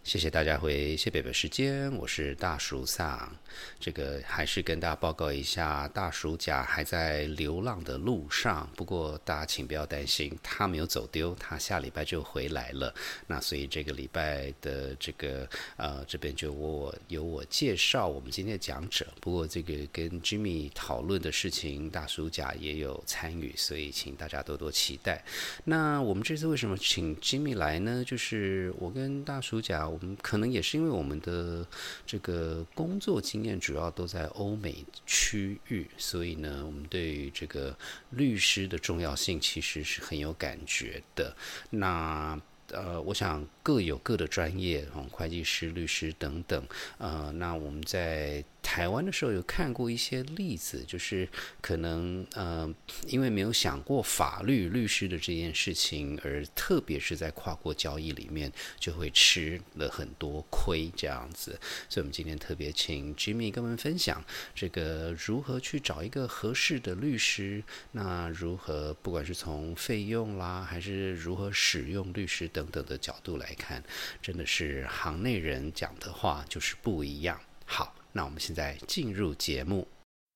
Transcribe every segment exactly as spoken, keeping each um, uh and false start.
谢谢大家回谢北北时间，我是大叔丧。这个还是跟大家报告一下，大叔甲还在流浪的路上，不过大家请不要担心，他没有走丢，他下礼拜就回来了。那所以这个礼拜的这个呃这边就我由我介绍我们今天的讲者，不过这个跟 Jimmy 讨论的事情，大叔甲也有参与，所以请大家多多期待。那我们这次为什么请 Jimmy 来呢？就是我跟大叔甲，我们可能也是因为我们的这个工作经验主要都在欧美区域，所以呢，我们对于这个律师的重要性其实是很有感觉的。那呃，我想各有各的专业，哦，会计师、律师等等。呃，那我们在台湾的时候有看过一些例子，就是可能呃，因为没有想过法律律师的这件事情，而特别是在跨国交易里面，就会吃了很多亏这样子。所以，我们今天特别请 Jimmy 跟我们分享这个如何去找一个合适的律师，那如何不管是从费用啦，还是如何使用律师等等的角度来看，真的是行内人讲的话就是不一样。好，那我们现在进入节目。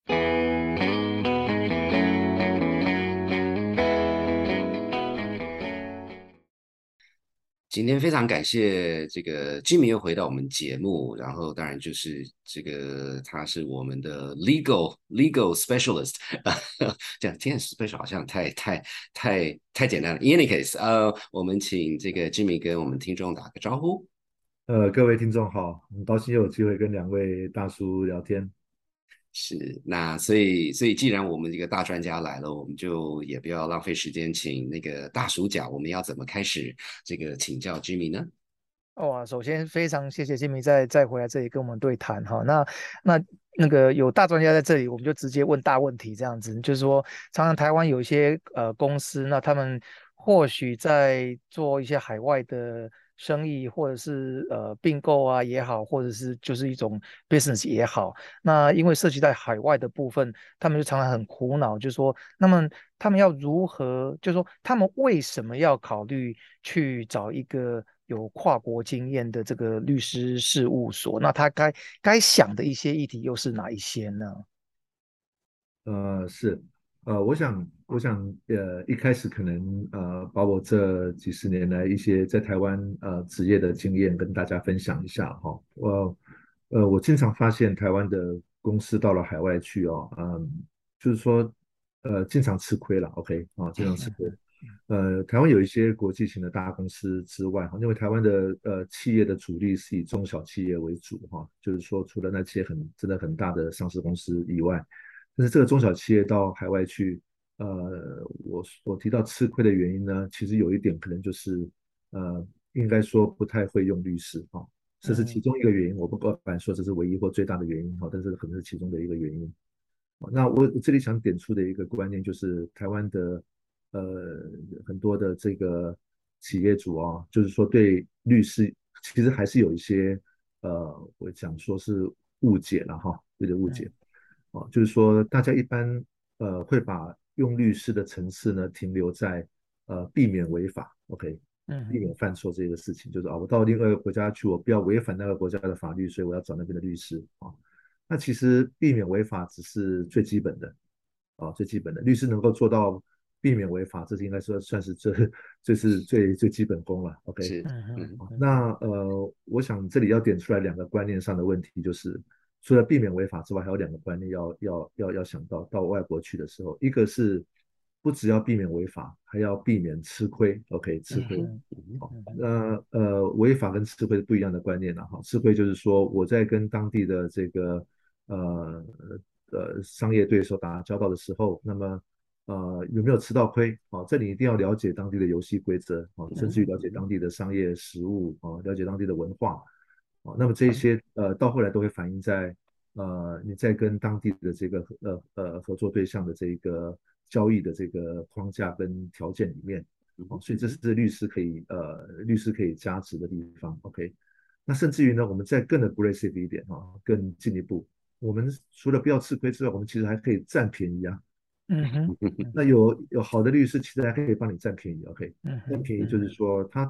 今天非常感谢这个 Jimmy 又回到我们节目，然后当然就是这个他是我们的 legal legal specialist，这样今天 special 好像太太太太简单了。In any case，呃，我们请这个 Jimmy 跟我们听众打个招呼。 呃，各位听众好，很高兴又有机会跟两位大叔聊天。 是，那所以所以既然我们这个大专家来了，我们就也不要浪费时间，请那个大叔讲，我们要怎么开始这个请教 Jimmy 呢？ 哇，首先非常谢谢金明再再回来这里跟我们对谈哈。那那那个有大专家在这里，我们就直接问大问题这样子，就是说，常常台湾有一些呃公司，那他们或许在做一些海外的生意，或者是呃并购啊也好，或者是就是一种 business 也好，那因为涉及在海外的部分，他们就常常很苦恼，就是说，那么他们要如何，就是说，他们为什么要考虑去找一个有跨国经验的这个律师事务所？那他该该想的一些议题又是哪一些呢？ 呃，是，呃，我想，我想，呃，一开始可能呃，把我这几十年来一些在台湾呃职业的经验跟大家分享一下哈。我呃，我经常发现台湾的公司到了海外去哦，嗯，就是说呃，经常吃亏了，OK 啊，经常吃亏。呃，台湾有一些国际型的大公司之外，哈，因为台湾的呃企业的主力是以中小企业为主，哈，就是说除了那些很真的很大的上市公司以外，但是这个中小企业到海外去，呃，我我提到吃亏的原因呢，其实有一点可能就是呃，应该说不太会用律师，哈，这是其嗯中一个原因，我不敢说这是唯一或最大的原因，哈，但是可能是其中的一个原因。那我这里想点出的一个观念就是，台湾的呃很多的这个企业主啊，就是说对律师其实还是有一些呃，我讲说是误解了哈，这个误解嗯啊，就是说大家一般呃会把用律师的层次呢停留在呃避免违法，OK，避免嗯犯错这个事情，就是啊，我到另外一个国家去，我不要违反那个国家的法律，所以我要找那边的律师啊。那其实避免违法只是最基本的啊，最基本的律师能够做到避免违法，这是应该说算是这这是最最基本功了。OK， 是， 嗯嗯嗯嗯那呃，我想这里要点出来两个观念上的问题，就是除了避免违法之外，还有两个观念要要要要想到，到外国去的时候，一个是不只要避免违法，还要避免吃亏。OK，吃亏。 嗯嗯嗯好， 嗯嗯那呃，违法跟吃亏是不一样的观念了哈。吃亏就是说我在跟当地的这个呃呃商业对手打交道的时候，那么呃有没有吃到亏？哦，这里一定要了解当地的游戏规则，哦，甚至于了解当地的商业实务，哦，了解当地的文化，哦，那么这一些呃到后来都会反映在呃你在跟当地的这个呃呃合作对象的这个交易的这个框架跟条件里面。哦， 嗯所以这是律师可以呃律师可以加值的地方。OK，那甚至于呢，我们再更 aggressive 一点啊，更进一步，我们除了不要吃亏之外，我们其实还可以占便宜啊。 嗯哼嗯那有有好的律师，其实还可以帮你占便宜。OK， 嗯哼占便宜就是嗯说他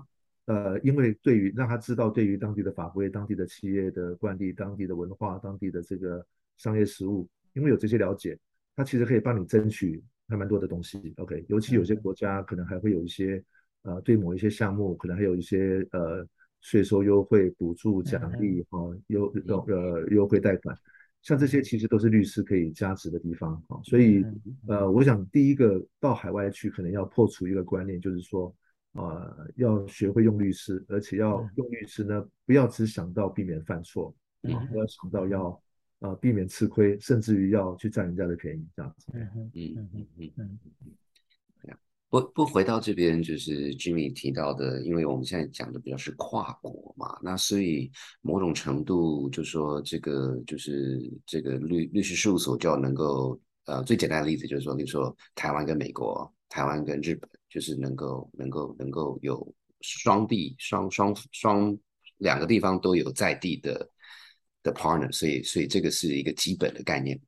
呃，因为对于让他知道对于当地的法规、当地的企业的惯例、当地的文化、当地的这个商业实务，因为有这些了解，他其实可以帮你争取还蛮多的东西。OK，尤其有些国家可能还会有一些呃对某一些项目，可能还有一些呃税收优惠、补助、奖励哈、哦、优呃优惠贷款，像这些其实都是律师可以加值的地方哈、哦。所以呃，我想第一个到海外去，可能要破除一个观念，就是说。呃，要学会用律师，而且要用律师呢，不要只想到避免犯错啊，不要想到要呃避免吃亏，甚至于要去占人家的便宜这样子。 嗯嗯嗯嗯嗯嗯嗯。不不回到这边，就是 Jimmy 提到的，因为我们现在讲的比较是跨国嘛，那所以某种程度就说这个就是这个律律师事务所就要能够呃最简单的例子就是说，例如说台湾跟美国、台湾跟日本，就是能够能够能够有双地双双双两个地方都有在地的的 partner，所以所以这个是一个基本的概念。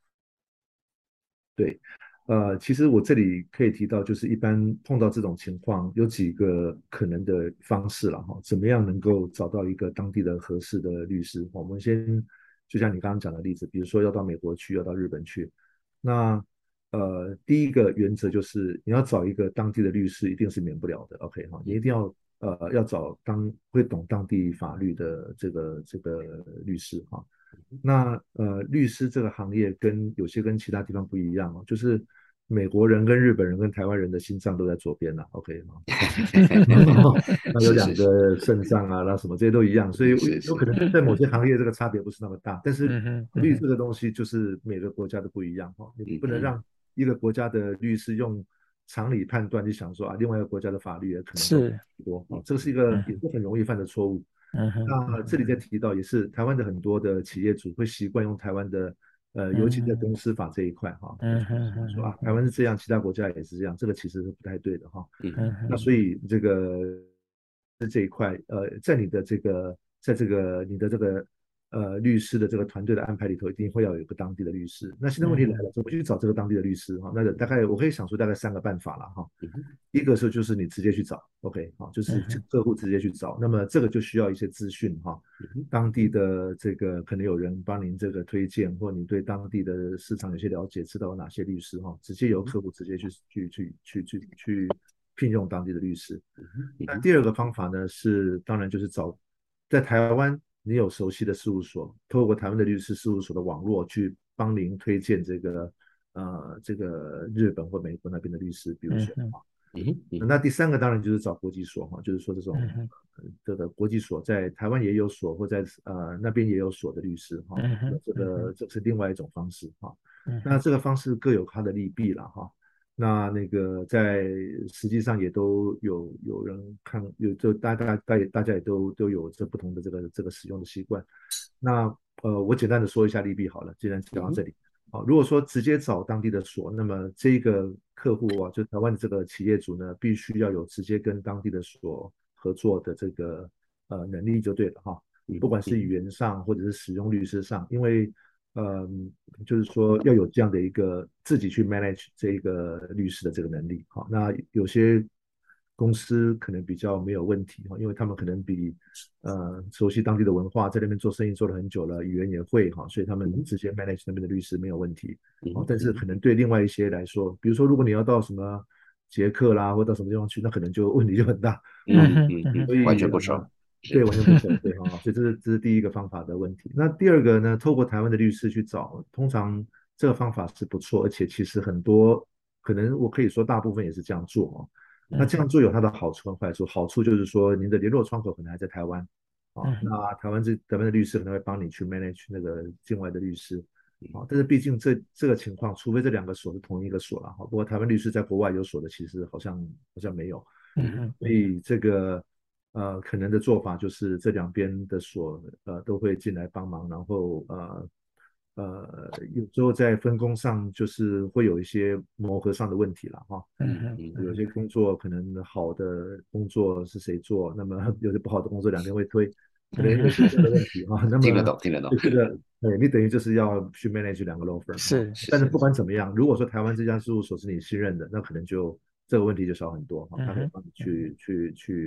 对，呃，其实我这里可以提到，就是一般碰到这种情况，有几个可能的方式了哈，怎么样能够找到一个当地的合适的律师？我们先就像你刚刚讲的例子，比如说要到美国去，要到日本去，那呃，第一个原则就是你要找一个当地的律师，一定是免不了的。OK 哈，你一定要呃要找当会懂当地法律的这个这个律师哈。那呃，律师这个行业跟有些跟其他地方不一样哦，就是美国人跟日本人跟台湾人的心脏都在左边了，OK 吗？那有是是是两个肾脏啊，那什么这些都一样，所以是是， 有可能在某些行业这个差别不是那么大，但是嗯哼法律嗯哼这个东西就是每个国家的不一样哈，你嗯嗯不能让一个国家的律师用常理判断就想说啊，另外一个国家的法律也可能都是多啊，这个是一个也嗯哼是很容易犯的错误。 嗯哼那这里在提到，也是台湾的很多的企业主会习惯用台湾的，呃，尤其在嗯公司法这一块哈， 嗯哼嗯说啊，台湾哼是这样，其他国家也是这样，这个其实是不太对的哈。 嗯嗯哼那所以这个这一块，呃，在你的这个，在这个你的这个呃律师的这个团队的安排里头，一定会要有一个当地的律师。那现在问题来了， 嗯怎么去找这个当地的律师哈？那个大概我可以想出大概三个办法了哈。 嗯一个是就是你直接去找，OK，好，就是嗯哼客户直接去找。那么这个就需要一些资讯哈， 嗯当地的这个可能有人帮您这个推荐，或你对当地的市场有些了解，知道有哪些律师哈，直接由客户直接去去去去去去聘用当地的律师。那嗯第二个方法呢是，当然就是找在台湾你有熟悉的事务所，透过台湾的律师事务所的网络去帮您推荐这个呃这个日本或美国那边的律师，比如说。 嗯哼嗯嗯那第三个当然就是找国际所哈，就是说这种嗯哼呃这个国际所在台湾也有所，或在呃那边也有所的律师哈，那嗯哼这个嗯哼这是另外一种方式哈。 嗯哼那这个方式各有它的利弊了哈。那那个在实际上也都有有人看，有就大大大大家也都都有这不同的这个这个使用的习惯。那呃，我简单的说一下利弊好了，既然讲到这里。好，如果说直接找当地的所，那么这个客户啊，就台湾的这个企业主呢，必须要有直接跟当地的所合作的这个呃能力就对了哈，不管是语言上或者是使用律师上，因为呃就是说要有这样的一个自己去 manage 这个律师的这个能力。好，那有些公司可能比较没有问题哈，因为他们可能比呃熟悉当地的文化，在那边做生意做了很久了，语言也会哈，所以他们直接 manage 那边的律师没有问题。哦，但是可能对另外一些来说，比如说如果你要到什么捷克啦，或到什么地方去，那可能就问题就很大。啊。 嗯哼嗯哼所以完全不熟， 呃，对，完全不熟，对哈，所以这是这是第一个方法的问题。那第二个呢，透过台湾的律师去找，通常这个方法是不错，而且其实很多可能我可以说大部分也是这样做哦。那这样做有它的好处和坏处，好处就是说您的联络窗口可能还在台湾啊，那台湾这台湾的律师可能会帮你去 manage 那个境外的律师。啊，但是毕竟这这个情况，除非这两个所是同一个所了哈。不过台湾律师在国外有所的，其实好像好像没有。 嗯哼所以这个呃可能的做法就是这两边的所呃都会进来帮忙，然后呃呃有时候在分工上就是会有一些磨合上的问题了哈。 嗯哼有些工作可能好的工作是谁做，那么有些不好的工作两边会推，可能有些这样的问题哈。那听得么懂听得懂， 这个对你等于就是要去 manage 两个 law firm 哈。 是但是不管怎么样，如果说台湾这家事务所是你信任的，那可能就这个问题就少很多哈，他可以嗯哼帮你去去去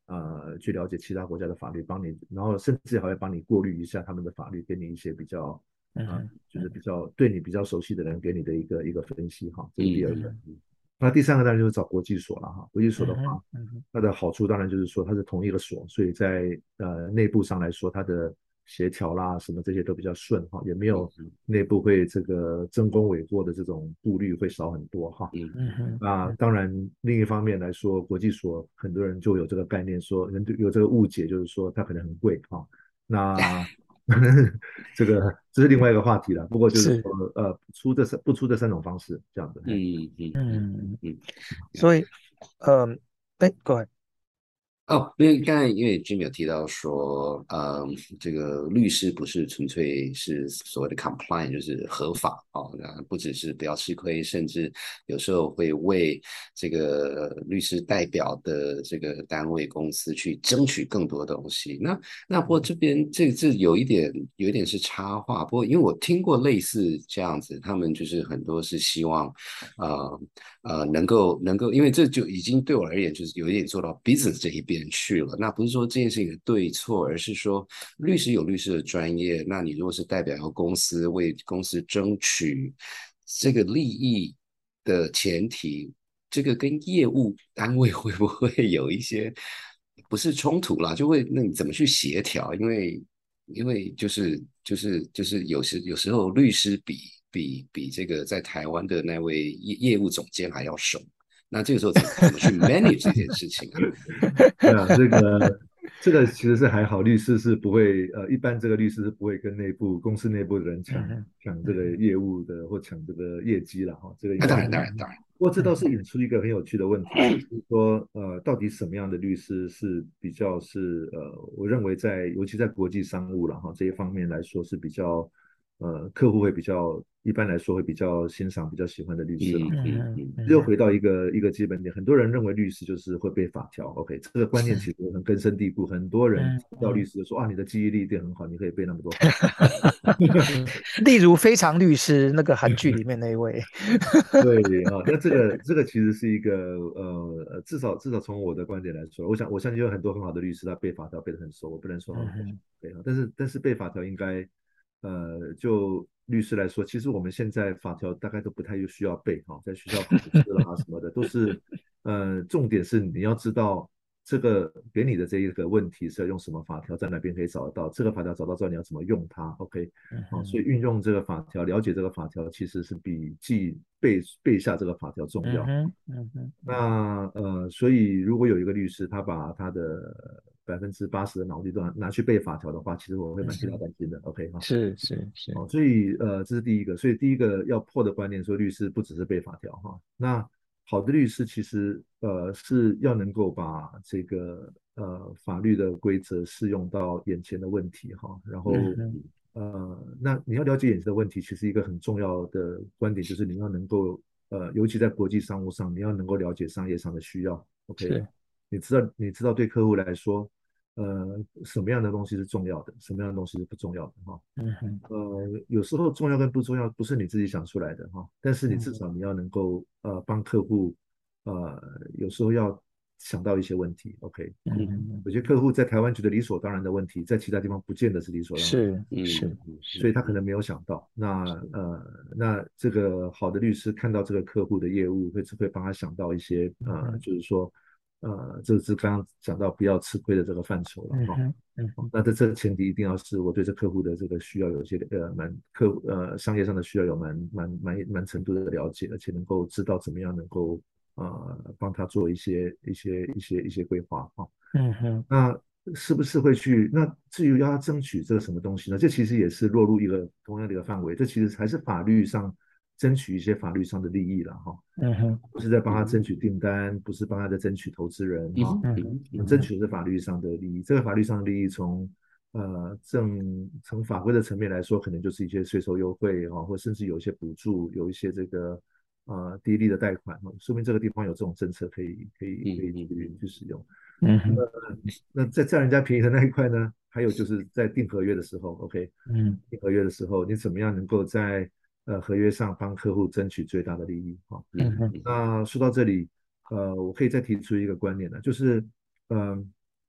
呃去了解其他国家的法律，帮你，然后甚至还会帮你过滤一下他们的法律，给你一些比较啊、呃嗯哼， 就是比较对你比较熟悉的人给你的一个一个分析哈，这是第二个。 嗯嗯那第三个当然就是找国际所了哈，国际所的嗯哼， 话， 嗯哼， 它的好处当然就是说它是同一个所，所以在呃内部上来说，它的协调啦什么这些都比较顺哈，也没有嗯内部会这个争功诿过的这种顾虑会少很多哈。 嗯嗯哼， 那当然，另一方面来说，国际所很多人就有这个概念说，人有这个误解，就是说它可能很贵哈。那这个这是另外一个话题了。不过就是是， 说，呃，出这三不出这三种方式这样子。嘿嗯嗯嗯嗯， 嗯。 所以，嗯，哎，各位， 哦，因为刚才因为 Jim 有提到说，嗯，这个律师不是纯粹是所谓的 compliant，就是合法哦，那不只是不要吃亏，甚至有时候会为这个律师代表的这个单位公司去争取更多东西。那那不过这边这这有一点有一点是插话，不过因为我听过类似这样子，他们就是很多是希望，呃呃，能够能够，因为这就已经对我而言就是有一点做到 business 这一边去了。那不是说这件事情的对错，而是说律师有律师的专业。那你如果是代表一个公司为公司争取这个利益的前提，这个跟业务单位会不会有一些不是冲突啦？就会那你怎么去协调？因为因为就是就是就是有时有时候律师比比比这个在台湾的那位业业务总监还要熟，那这个时候怎么怎么去 manage 这件事情啊？ 对啊，这个这个其实是还好，律师是不会呃，一般这个律师是不会跟内部公司内部的人抢嗯哼， 抢这个嗯哼， 业务的或抢这个业绩了哈，这个应那、当然该是。 当然当然， 不过这倒嗯哼， 是引出一个很有趣的问题啊，就是说呃，到底什么样的律师是比较是呃，我认为在尤其在国际商务了哈这一方面来说是比较呃，客户会比较一般来说会比较欣赏、比较喜欢的律师了。 嗯嗯哼， 嗯嗯嗯哼， 又回到一个一个基本点，很多人认为律师就是会背法条，OK，这个观念是， 其实很根深蒂固。很多人嗯听到律嗯。 师就说啊，你的记忆力一定很好，你可以背那么多法条。 例如《非常律师》那个韩剧里面那一位， 对啊，那这个这个其实是一个呃呃，至少至少从我的观点来说，我想我相信有很多很好的律师，他背法条背得很熟，我不能说他们不嗯背啊，但是但是背法条应该呃就律师来说，其实我们现在法条大概都不太需要背哈、在学校考试啦什么的都是呃重点是你要知道这个给你的这一个问题是要用什么法条，在哪边可以找得到，这个法条找到之后你要怎么用它，OK。哦，所以嗯运用这个法条，了解这个法条，其实是比记背背下这个法条重要。 嗯哼嗯哼那呃，所以如果有一个律师，他把他的百分之八十的脑力都拿拿去背法条的话，其实我会蛮替他嗯哼， 担心的。OK 哈， 是是是， 哦，所以呃，这是第一个。所以第一个要破的观念，说律师不只是背法条哈。那好的律师其实呃是要能够把这个呃法律的规则适用到眼前的问题哈，然后嗯哼呃，那你要了解眼前的问题，其实一个很重要的观点就是你要能够呃，尤其在国际商务上，你要能够了解商业上的需要。OK， 是， 你知道你知道对客户来说，呃，什么样的东西是重要的，什么样的东西是不重要的哈。 嗯哼呃，有时候重要跟不重要不是你自己想出来的哈，但是你至嗯哼少你要能够呃帮客户呃有时候要想到一些问题，OK。 嗯哼， 有些客户在台湾觉得理所当然的问题，在其他地方不见得是理所当然， 是是嗯嗯是， 所以他可能没有想到。那呃，那这个好的律师看到这个客户的业务，会会帮他想到一些呃， 嗯哼就是说呃，这是刚刚讲到不要吃亏的这个范畴了哈。 嗯哼嗯哼那在这个前提一定要是我对这客户的这个需要有些呃蛮客户呃商业上的需要有蛮蛮蛮蛮程度的了解，而且能够知道怎么样能够呃帮他做一些一些一些一些规划哈。 嗯哼那是不是会去？那至于要他争取这个什么东西呢？这其实也是落入一个同样的一个范围，这其实还是法律上争取一些法律上的利益了哈， 嗯哼不是在帮他争嗯取订单，不是帮他在争取投资人哈， 嗯嗯哼嗯嗯争取的是法律上的利益。这个法律上的利益从呃正从法规的层面来说，可能就是一些税收优惠哈，或甚至有一些补助，有一些这个呃低利的贷款哈，说明这个地方有这种政策可以可以可嗯以去嗯去使用。 嗯哼那在占人家便宜的那一块呢，还有就是在订合约的时候，OK， 嗯订合约的时候，你怎么样能够在呃合约上帮客户争取最大的利益？哈、 嗯哼那说到这里，呃，我可以再提出一个观念呢，就是，嗯、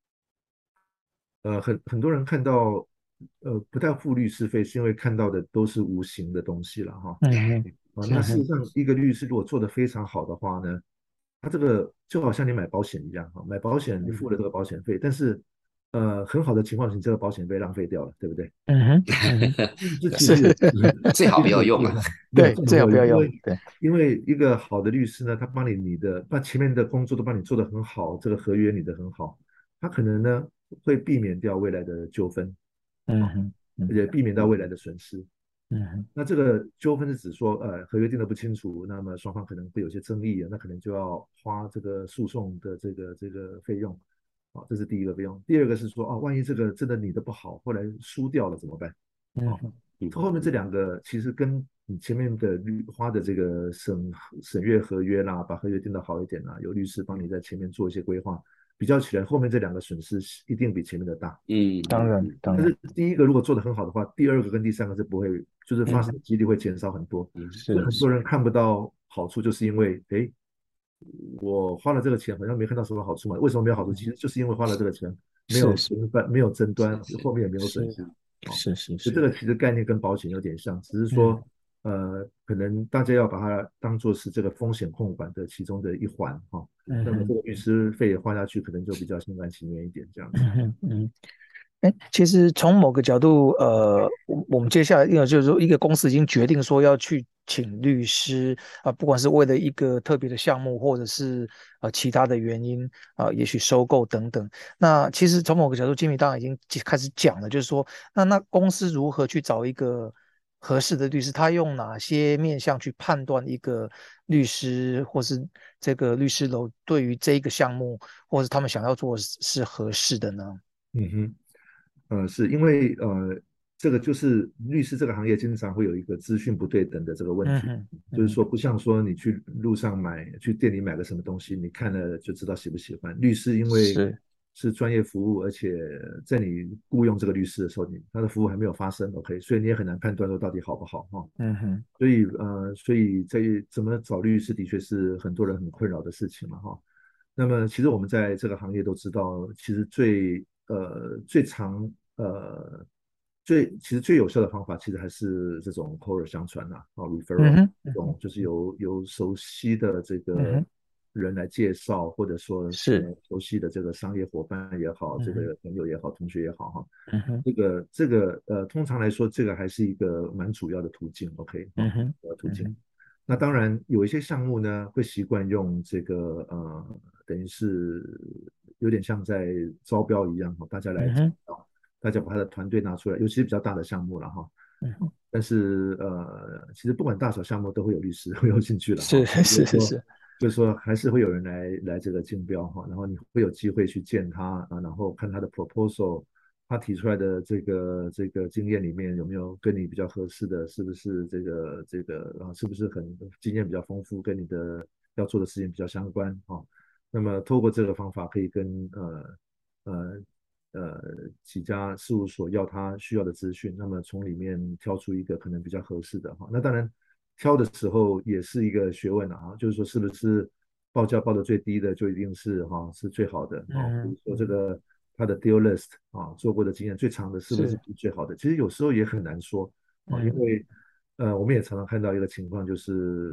呃，很很多人看到呃不太付律师费，是因为看到的都是无形的东西了哈。 嗯啊，那嗯嗯事实上，一个律师如果做得非常好的话呢，他这个就好像你买保险一样哈，买保险你付了这个保险费，但是呃很好的情况是你这个保险费浪费掉了，对不对？ 嗯嗯， 这其实是， 也是最好其实不要用啊。 也是哈，没有对， 这么没有用， 最好不要用， 因为对， 因为一个好的律师呢，他帮你你的把前面的工作都帮你做得很好，这个合约拟得很好，他可能呢会避免掉未来的纠纷啊， 嗯哼嗯也避免到未来的损失。 嗯哼那这个纠纷是指说，呃，合约定得不清楚，那么双方可能会有些争议，那可能就要花这个诉讼的这个这个费用，啊，这是第一个费用。第二个是说，啊，万一这个真的拟得不好，后来输掉了怎么办？啊， 嗯哼后面这两个其实跟你前面的律花的这个审审阅合约啦，把合约定得好一点啦，有律师帮你在前面做一些规划，比较起来，后面这两个损失一定比前面的大。 嗯当然当然， 但是第一个如果做得很好的话，第二个跟第三个是不会，就是发生的嗯几率会减少很多。 嗯所以是很多人看不到好处，就是因为，哎，我花了这个钱，好像没看到什么好处嘛？为什么没有好处？其实就是因为花了这个钱，没有是是争端，没有争端， 是是后面也没有损是失。哦， 是是是， 所以这个其实概念跟保险有点像，只是嗯说，呃，可能大家要把它当做是这个风险控管的其中的一环哈、哦。 嗯哼那么这个律师费也花下去，可能就比较心甘情愿一点这样子。 嗯哼嗯。哎，其实从某个角度，呃，我我们接下来，因为就是说，一个公司已经决定说要去请律师啊、不管是为了一个特别的项目，或者是呃其他的原因啊、也许收购等等。那其实从某个角度，吉米当然已经开始讲了，就是说，那那公司如何去找一个合适的律师？他用哪些面向去判断一个律师，或是这个律师楼对于这一个项目，或是他们想要做的是是合适的呢？ 嗯哼。呃，是因为呃，这个就是律师这个行业经常会有一个资讯不对等的这个问题， 嗯哼，嗯就是说不像说你去路上买，去店里买个什么东西，你看了就知道喜不喜欢。律师因为是， 是专业服务，而且在你雇佣这个律师的时候，你他的服务还没有发生，OK，所以你也很难判断说到底好不好哈。 嗯哼， 所以呃，所以在怎么找律师的确是很多人很困扰的事情了哈。那么其实我们在这个行业都知道，其实最呃最常呃最其实最有效的方法，其实还是这种口耳相传呐、啊，啊 referral 嗯哼， 这嗯哼， 种就是由由熟悉的这个嗯哼， 人来介绍，或者说是， 呃熟悉的这个商业伙伴也好，这嗯哼， 个朋友也好，同学也好哈， 嗯哼， 这个这个呃通常来说，这个还是一个蛮主要的途径，OK 啊， 嗯哼， 主要途径。 嗯哼， 那当然有一些项目呢，会习惯用这个呃，等于是有点像在招标一样哈，大家来嗯哼， 大家把他的团队拿出来，尤其是比较大的项目了哈。 嗯哼， 但是呃，其实不管大小项目都会有律师会有兴趣了是哈，就是说是是是， 就是说还是会有人来来这个竞标哈，然后你会有机会去见他啊，然后看他的 proposal，他提出来的这个这个经验里面有没有跟你比较合适的，是不是这个这个啊，是不是很经验比较丰富，跟你的要做的事情比较相关啊？那么透过这个方法，可以跟呃呃呃几家事务所要他需要的资讯，那么从里面挑出一个可能比较合适的哈。那当然挑的时候也是一个学问啊，就是说是不是报价报的最低的就一定是哈是最好的哦，比嗯如说这嗯， 个他的 deal list 啊做过的经验最长的是不是是， 最好的？其实有时候也很难说啊，因嗯为呃我们也常常看到一个情况就是。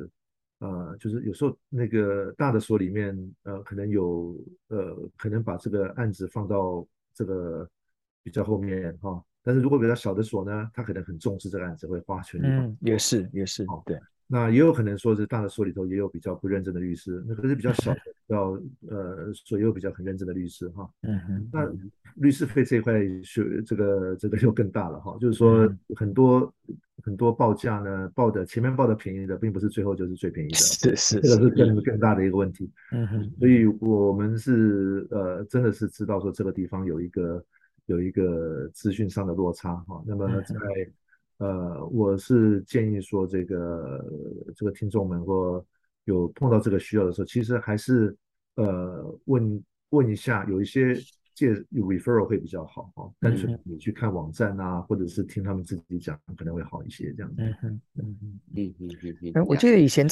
呃，就是有时候那个大的所里面，呃，可能有呃，可能把这个案子放到这个比较后面哈、哦，但是如果比较小的所呢，他可能很重视这个案子，会花全力帮嗯，也是也是， 好、哦， 对， 那也有可能说是大的所里头也有比较不认真的律师，那可是比较小的，比较呃，所也有比较很认真的律师哈、哦。 嗯哼那律师费这一块学这个这个又更大了哈，就是说嗯哼， 很多很多报价呢报的前面报的便宜的，并不是最后就是最便宜的， 是是是， 这个是更更大的一个问题。 嗯哼所以嗯哼我们是呃真的是知道说这个地方有一个有一个资讯上的落差哈。那么在嗯哼呃我是建议说这个这个听众们或有碰到这个需要的时候，其实还是呃问问一下，有一些借有 referral 会比较好哈，单纯嗯哼你去看网站啊，或者是听他们自己讲可能会好一些这样子。 嗯哼嗯哼。 嗯嗯嗯嗯， 嗯，我呀， 记得以前在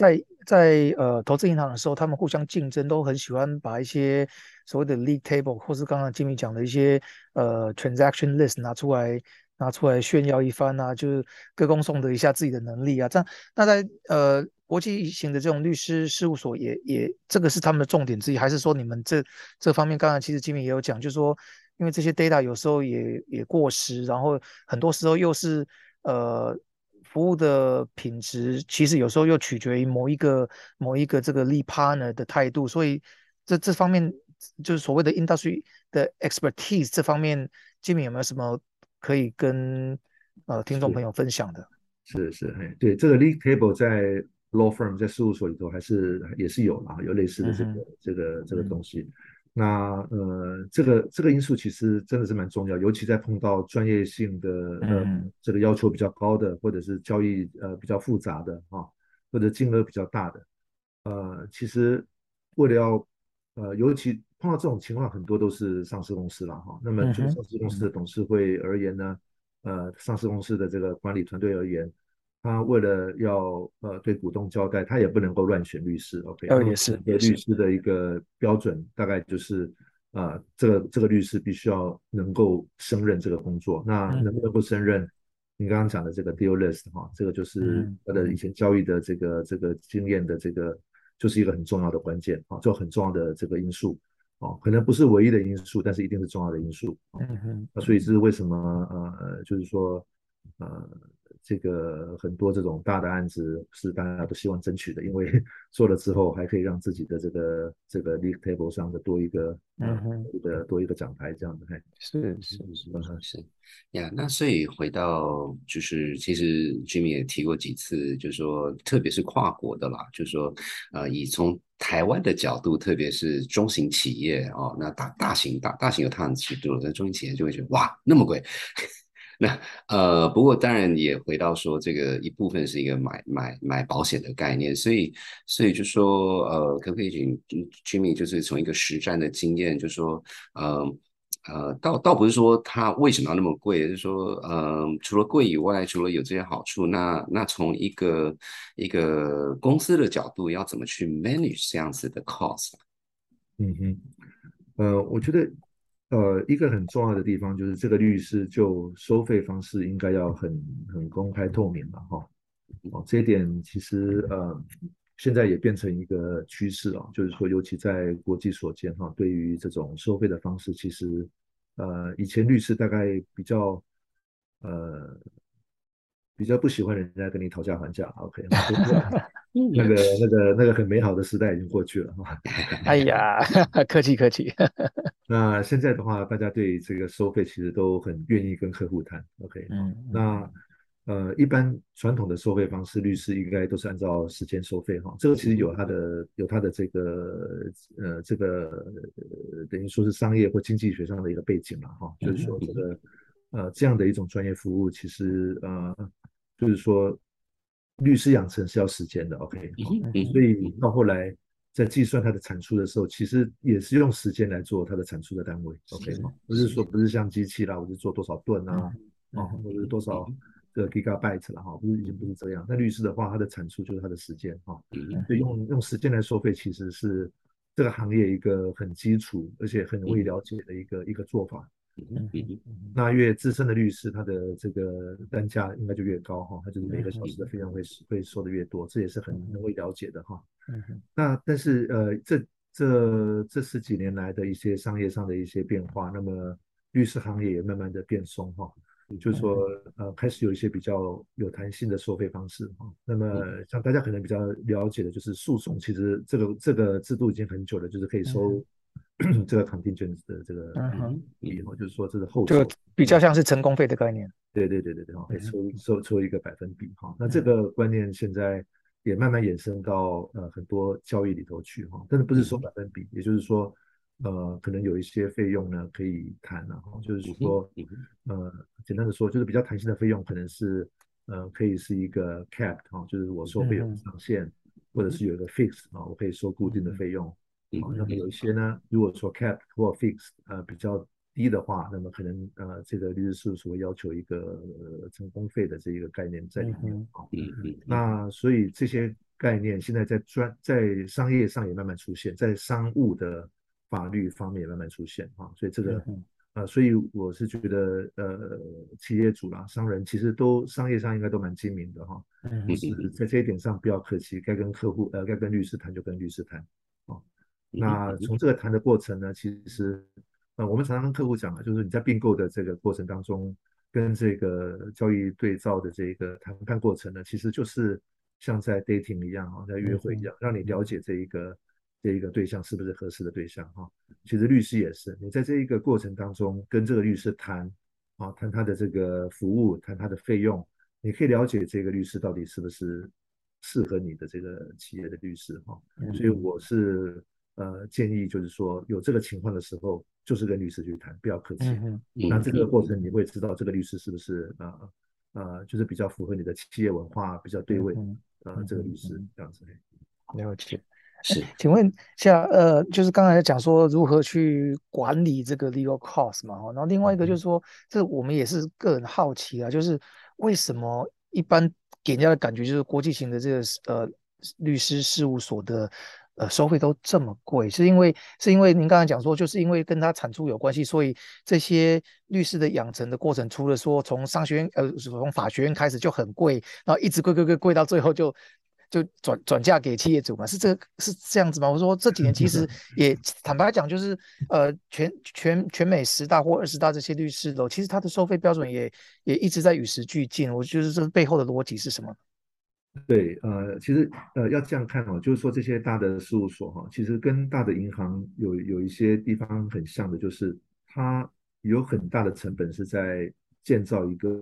在呃投资银行的时候，他们互相竞争，都很喜欢把一些所谓的 league table，或是刚刚 Jimmy 讲的一些呃 transaction list 拿出来拿出来炫耀一番啊，就是歌功颂德一下自己的能力啊。这样，那在呃国际型的这种律师事务所也也这个是他们的重点之一，还是说你们这这方面，刚才其实 Jimmy 也有讲，就是说因为这些 data 有时候也也过时，然后很多时候又是呃。服务的品质其实有时候又取决于某一个某一个这个 lead partner 的态度，所以这这方面就是所谓的 industry 的 expertise 这方面，Jimmy 有没有什么可以跟呃听众朋友分享的？ 是是，哎，对，这个 league table 在 law firm 在事务所里头还是也是有啦，有类似的这个嗯哼， 这个这个嗯东西。那呃，这个这个因素其实真的是蛮重要，尤其在碰到专业性的呃嗯这个要求比较高的，或者是交易呃比较复杂的啊，或者金额比较大的，呃，其实为了要呃，尤其碰到这种情况，很多都是上市公司了哈。那么嗯哼， 就上市公司的董事会而言呢，呃，上市公司的这个管理团队而言，他为了要呃对股东交代，他也不能够乱选律师。OK，他们呃也是的也是， 律师的一个标准大概就是呃，这个这个律师必须要能够胜任这个工作。那能不能够胜任？你刚刚讲的这个 deal list 哈，这个就是嗯他的以前交易的这个这个经验的这个，就是一个很重要的关键啊，就很重要的这个因素哦，可能不是唯一的因素，但是一定是重要的因素啊。 嗯哼， 那所以这是为什么呃，就是说呃，这个很多这种大的案子是大家都希望争取的，因为做了之后还可以让自己的这个这个 league table 上的多一个呃嗯哼， 一个多一个奖牌这样的，嘿， 是是是， 嗯哼， 是呀，那所以回到就是，其实 Jimmy 也提过几次，就是说，特别是跨国的啦，就是说，呃，以从台湾的角度，特别是中型企业哦，那大大型大大型有它的尺度，那中型企业就会觉得哇那么贵。那呃，不过当然也回到说，这个一部分是一个买买买保险的概念，所以所以就说呃，可不可以请 Jimmy 就是从一个实战的经验，就说呃。呃，倒倒不是说它为什么要那么贵，就是说，呃，除了贵以外，除了有这些好处，那那从一个一个公司的角度，要怎么去 manage 这样子的 cost？ 嗯哼。呃，我觉得，呃，一个很重要的地方就是这个律师就收费方式应该要很很公开透明了哈。哦，这一点其实呃，现在也变成一个趋势啊，就是说，尤其在国际所见哈，对于这种收费的方式，其实呃，以前律师大概比较呃比较不喜欢人家跟你讨价还价，OK 哈，不过那个那个那个很美好的时代已经过去了哈。 哎呀，客气客气， 那现在的话，大家对这个收费其实都很愿意跟客户谈，OK 好。 嗯嗯那呃，一般传统的收费方式，律师应该都是按照时间收费哈。这个其实有它的有它的这个呃这个呃等于说是商业或经济学上的一个背景了哈。就是说这个呃这样的一种专业服务，其实呃就是说律师养成是要时间的，OK 好。 嗯所以到后来在计算它的产出的时候，其实也是用时间来做它的产出的单位，OK 哈。不是说不是像机器啦，我是做多少吨啊， 嗯哦，或者是嗯多少这个 gigabyte 了哈，不是已经不是这样。那律师的话，他的产出就是他的时间哈，所以用用时间来收费，其实是这个行业一个很基础而且很容易了解的一个一个做法。 嗯嗯那越资深的律师，他的这个单价应该就越高哈，他就是每个小时的费用会会收的越多，这也是很容易了解的哈。 嗯那但是呃，这这这十几年来的一些商业上的一些变化，那么律师行业也慢慢的变松哈，就是说呃开始有一些比较有弹性的收费方式哈。那么像大家可能比较了解的就是诉讼，其实这个这个制度已经很久了，就是可以收这个 contingent 的这个嗯哼， 以后就是说这是后就酬。 比较像是成功费的概念。 对对对对对，哈，可以嗯抽抽抽一个百分比哈。那这嗯个观念现在也慢慢衍生到呃很多交易里头去哈。但是不是说百分比，也就是说呃可能有一些费用呢可以谈了哈，就是说呃简单的说就是比较弹性的费用可能是呃可以是一个 cap 哈，就是我收费有嗯上限，或者是有一个 fix 啊，我可以收固定的费用。啊，那么有一些呢，如果说 cap 或 fix 呃比较低的话，那么可能呃这个律师事务所会要求一个呃成功费的这一个概念在里面嗯啊。 嗯那所以这些概念现在在专在商业上也慢慢出现，在商务的法律方面也慢慢出现哈，所以这个呃，所以我是觉得呃，企业主啦、商人其实都商业上应该都蛮精明的哈，就是在这一点上不要客气，该跟客户呃该跟律师谈就跟律师谈啊。那从这个谈的过程呢，其实呃我们常常跟客户讲啊，就是你在并购的这个过程当中，跟这个交易对照的这个谈判过程呢，其实就是像在 dating 一样啊，在约会一样，让你了解这一个这一个对象是不是合适的对象哈。其实律师也是，你在这一个过程当中跟这个律师谈啊，谈他的这个服务，谈他的费用，你可以了解这个律师到底是不是适合你的这个企业的律师哈。所以我是呃建议就是说有这个情况的时候，就是跟律师去谈，不要客气。那这个过程你会知道这个律师是不是呃呃就是比较符合你的企业文化，比较对味呃这个律师这样子。 了解。 是， 请问下，呃，就是刚才讲说如何去管理这个 legal cost 嘛，然后另外一个就是说，这我们也是个人好奇啊，就是为什么一般给人家的感觉就是国际型的这个呃律师事务所的呃收费都这么贵，是因为是因为您刚才讲说，就是因为跟他产出有关系，所以这些律师的养成的过程，除了说从商学院呃从法学院开始就很贵，然后一直贵贵贵贵到最后就。就转转嫁给企业主嘛，是这是这样子吗？我说这几年其实也坦白讲，就是呃全全全美十大或二十大这些律师楼，其实它的收费标准也也一直在与时俱进。我觉得这背后的逻辑是什么？ 对，呃，其实呃要这样看哦，就是说这些大的事务所哈，其实跟大的银行有有一些地方很像的，就是它有很大的成本是在建造一个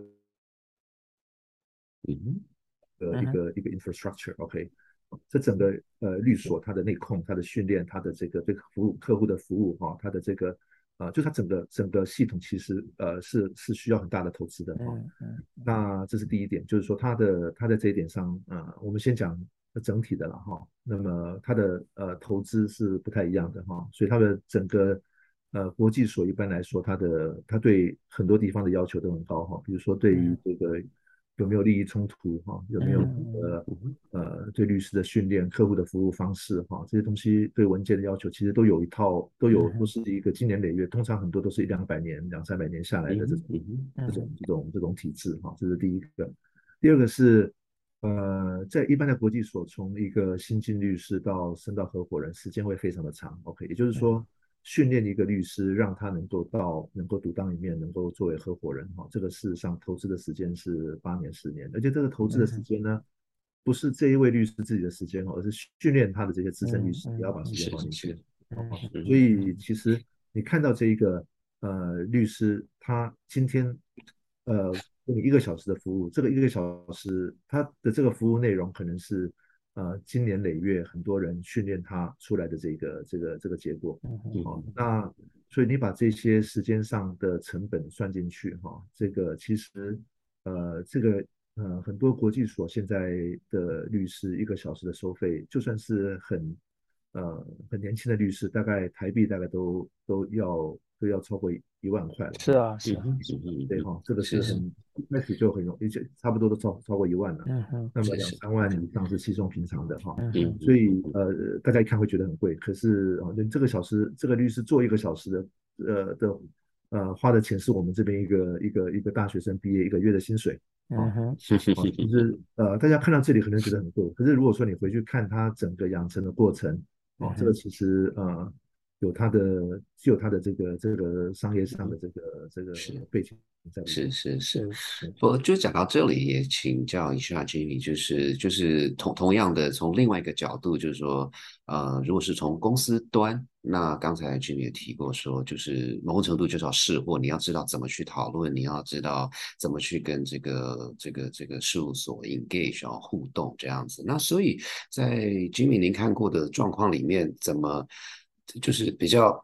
嗯呃一个一个 infrastructure，OK，这整个呃律所它的内控、它的训练、它的这个对服务客户的服务哈，它的这个呃，就它整个整个系统其实呃是是需要很大的投资的哈。那这是第一点，就是说它的它在这一点上，呃，我们先讲整体的了哈。那么它的呃投资是不太一样的哈，所以它的整个呃国际所一般来说，它的它对很多地方的要求都很高哈，比如说对于这个有没有利益冲突哈，有没有呃呃对律师的训练、客户的服务方式哈，这些东西对文件的要求其实都有一套，都有都是一个经年累月，通常很多都是一两百年、两三百年下来的这种这种这种这种体制哈，这是第一个。第二个是呃，在一般的国际所，从一个新进律师到升到合伙人，时间会非常的长。OK，也就是说，训练一个律师，让他能够到能够独当一面，能够作为合伙人，哈，这个事实上投资的时间是八年、十年，而且这个投资的时间呢，不是这一位律师自己的时间哦，而是训练他的这些资深律师也要把时间放进去。所以其实你看到这一个呃律师，他今天呃给你一个小时的服务，这个一个小时他的这个服务内容可能是呃经年累月很多人训练他出来的这个这个这个结果。哦，那所以你把这些时间上的成本算进去哈，哦，这个其实呃这个呃很多国际所现在的律师一个小时的收费，就算是很呃很年轻的律师，大概台币大概都都要都要超过一万块了。 是啊，是啊， 对哈，这个是很一开始就很容易，差不多都超超过一万了。那么两三万以上是稀松平常的哈。所以呃，大家一看会觉得很贵，可是哦，这个小时这个律师做一个小时的呃的呃花的钱是我们这边一个一个一个大学生毕业一个月的薪水啊。其实呃，大家看到这里可能觉得很贵，可是如果说你回去看他整个养成的过程，哦，这个其实呃有它的是有它的这个这个商业上的这个这个背景在里面。 是是是，不就讲到这里，也请教一下 Jimmy，就是就是同同样的从另外一个角度，就是说，呃，如果是从公司端，那刚才 Jimmy 也提过说，就是某种程度就是要试货，你要知道怎么去讨论，你要知道怎么去跟这个这个这个事务所 engage 啊互动这样子。那所以在 Jimmy 您看过的状况里面，怎么？就是比较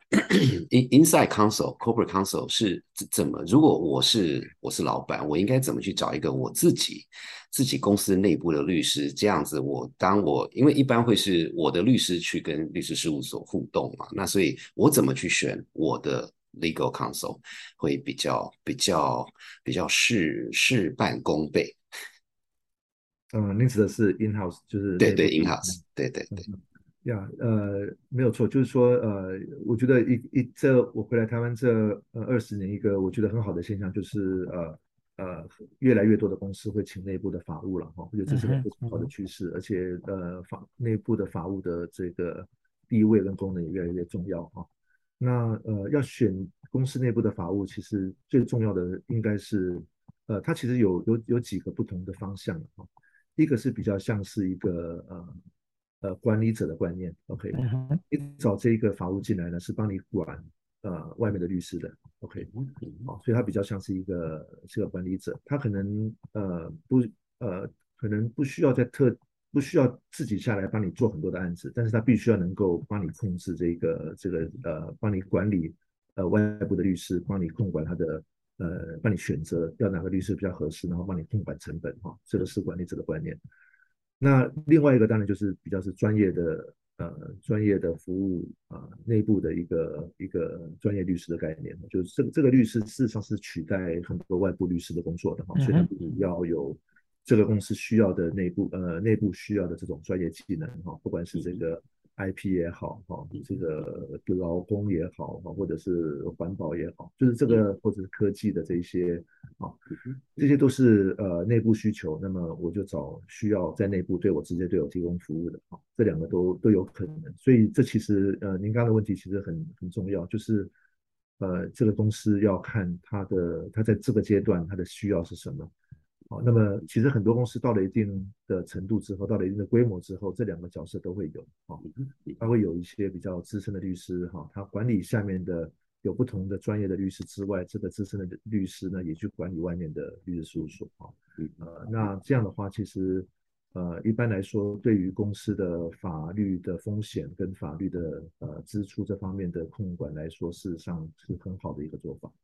inside counsel corporate counsel 是怎么？如果我是我是老板，我应该怎么去找一个我自己自己公司内部的律师？这样子我，我当我因为一般会是我的律师去跟律师事务所互动嘛，那所以我怎么去选我的 legal counsel 会比较比较比较事事半功倍？ 嗯，您指的是 in house，就是对对内部。 ，in-house，对对对。 嗯呀，呃，没有错，就是说，呃，我觉得一一这我回来台湾这呃二十年，一个我觉得很好的现象就是，呃呃，越来越多的公司会请内部的法务了哈，我觉得这是个嗯哼， 非常好的嗯哼， 趋势，而且呃法内部的法务的这个地位跟功能也越来越重要哈。那呃要选公司内部的法务，其实最重要的应该是，呃，它其实有有有几个不同的方向哈。一个是比较像是一个呃呃管理者的观念，OK， 嗯哼， 你找这一个法务进来呢，是帮你管呃外面的律师的，OK，好，所以他比较像是一个是个管理者，他可能呃不呃可能不需要在特不需要自己下来帮你做很多的案子，但是他必须要能够帮你控制这个这个呃帮你管理呃外部的律师，帮你控管他的呃帮你选择要哪个律师比较合适，然后帮你控管成本哈、哦，这个是管理者的观念。那另外一个当然就是比较是专业的呃专业的服务啊、呃、内部的一个一个专业律师的概念，就是这个这个律师事实上是取代很多外部律师的工作的哈， 嗯哼， 所以他必须要有这个公司需要的内部呃内部需要的这种专业技能哈，不管是这个 I P 也好哈，这个劳工也好哈，或者是环保也好，就是这个或者是科技的这一些啊，这些都是呃内部需求，那么我就找需要在内部对我直接对我提供服务的啊，这两个都都有可能。所以这其实呃您刚刚的问题其实很很重要，就是呃这个公司要看它的它在这个阶段它的需要是什么。好，那么其实很多公司到了一定的程度之后，到了一定的规模之后，这两个角色都会有啊，他会有一些比较资深的律师哈，他管理下面的有不同的专业的律师之外，这个资深的律师呢也去管理外面的律师事务所啊，呃，那这样的话，其实呃一般来说，对于公司的法律的风险跟法律的呃支出这方面的控管来说，事实上是很好的一个做法。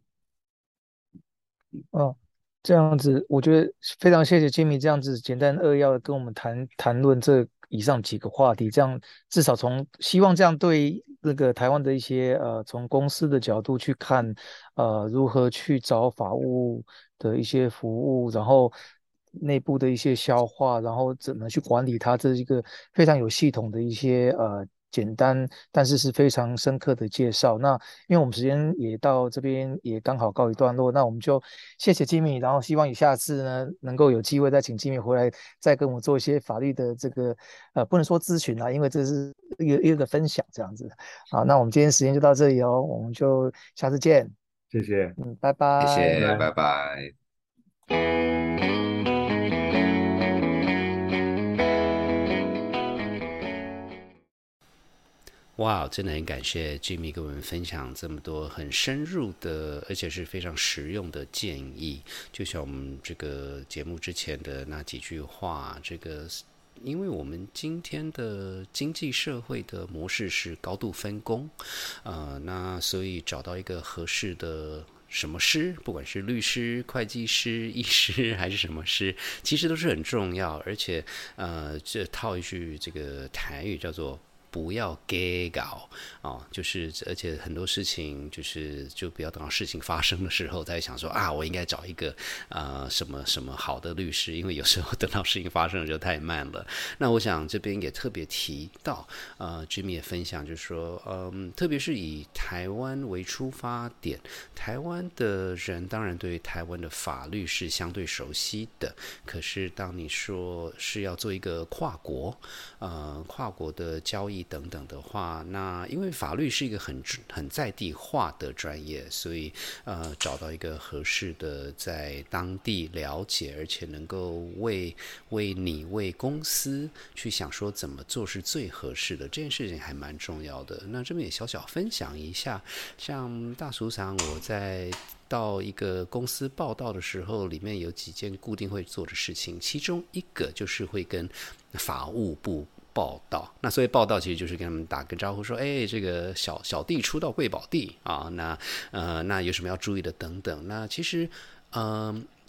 哦，这样子，我觉得非常谢谢 Jimmy 这样子简单扼要的跟我们谈谈论这以上几个话题，这样至少从希望这样对那个台湾的一些呃从公司的角度去看，呃如何去找法务的一些服务，然后内部的一些消化，然后怎么去管理它，这是一个非常有系统的一些呃。简单，但是是非常深刻的介绍。那因为我们时间也到这边，也刚好告一段落，那我们就谢谢 Jimmy，然后希望你下次呢能够有机会再请 Jimmy 回来，再跟我们做一些法律的这个呃，不能说咨询啦，因为这是一个一个分享这样子。好，那我们今天时间就到这里哦，我们就下次见。 谢谢， 嗯，拜谢谢， 拜。 拜拜。哇，真的很感谢 Jimmy 跟我们分享这么多很深入的，而且是非常实用的建议。就像我们这个节目之前的那几句话，这个因为我们今天的经济社会的模式是高度分工，呃，那所以找到一个合适的什么师，不管是律师、会计师、医师还是什么师，其实都是很重要。而且，呃，这套一句这个台语叫做不要 gay 搞哦，就是而且很多事情就是就不要等到事情发生的时候再想说啊，我应该找一个呃什么什么好的律师，因为有时候等到事情发生的时候太慢了。那我想这边也特别提到，呃，Jimmy 也分享，就是说，嗯，特别是以台湾为出发点，台湾的人当然对台湾的法律是相对熟悉的，可是当你说是要做一个跨国，呃，跨国的交易等等的话，那因为法律是一个很很在地化的专业，所以呃找到一个合适的在当地了解，而且能够为为你为公司去想说怎么做是最合适的，这件事情还蛮重要的。那这边也小小分享一下，像大叔长我在到一个公司报道的时候，里面有几件固定会做的事情，其中一个就是会跟法务部报道。那所以报道其实就是跟他们打个招呼说，哎，这个小小弟出到贵宝地啊，那呃那有什么要注意的等等。那其实嗯。呃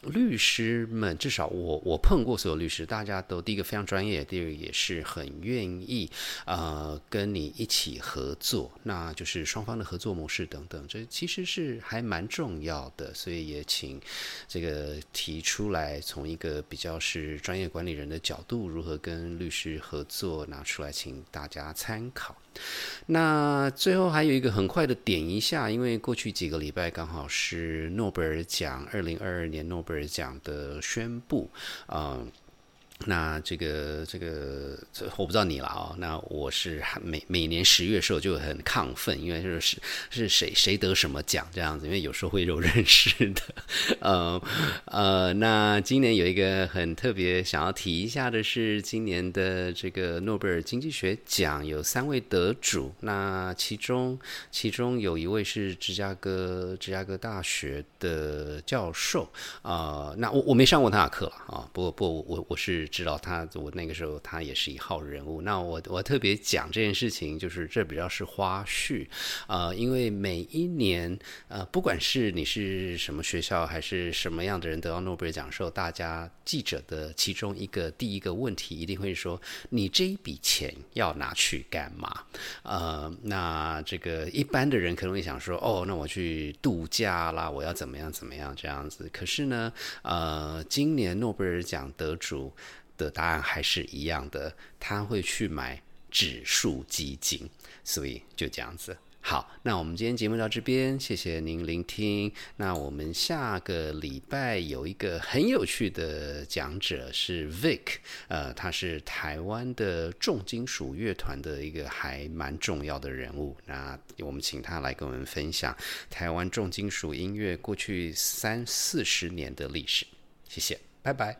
律师们，至少我我碰过所有律师，大家都第一个非常专业，第二个也是很愿意呃跟你一起合作，那就是双方的合作模式等等，这其实是还蛮重要的，所以也请这个提出来，从一个比较是专业管理人的角度，如何跟律师合作，拿出来请大家参考。那最后还有一个很快的点一下，因为过去几个礼拜刚好是诺贝尔奖二零二二年诺贝尔奖的宣布，呃那这个这个这我不知道你了啊、哦，那我是每每年十月的时候就很亢奋，因为是是谁谁得什么奖这样子，因为有时候会有认识的，呃呃，那今年有一个很特别想要提一下的是，今年的这个诺贝尔经济学奖有三位得主，那其中其中有一位是芝加哥芝加哥大学的教授啊、呃，那我我没上过他的课了啊，不过不过我我是。知道他，我那个时候他也是一号人物。那我我特别讲这件事情，就是这比较是花絮，呃，因为每一年，呃，不管是你是什么学校还是什么样的人得到诺贝尔奖的时候，大家记者的其中一个第一个问题一定会说：你这一笔钱要拿去干嘛？呃，那这个一般的人可能会想说：哦，那我去度假啦，我要怎么样怎么样这样子。可是呢，呃，今年诺贝尔奖得主的答案还是一样的，他会去买指数基金，所以就这样子。好，那我们今天节目到这边，谢谢您聆听。那我们下个礼拜有一个很有趣的讲者是 Vic， 呃，他是台湾的重金属乐团的一个还蛮重要的人物。那我们请他来跟我们分享台湾重金属音乐过去三四十年的历史。谢谢，拜拜。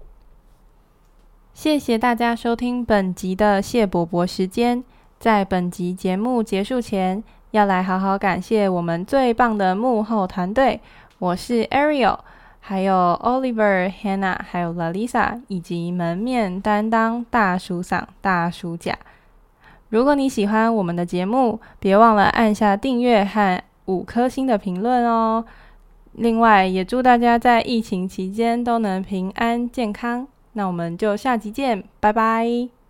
谢谢大家收听本集的谢伯伯时间。在本集节目结束前，要来好好感谢我们最棒的幕后团队。我是 Ariel， 还有 Oliver、Hannah， 还有 Lalisa， 以及门面担当大叔桑、大叔甲。如果你喜欢我们的节目，别忘了按下订阅和五颗星的评论哦。另外，也祝大家在疫情期间都能平安健康。那我们就下集见，拜拜。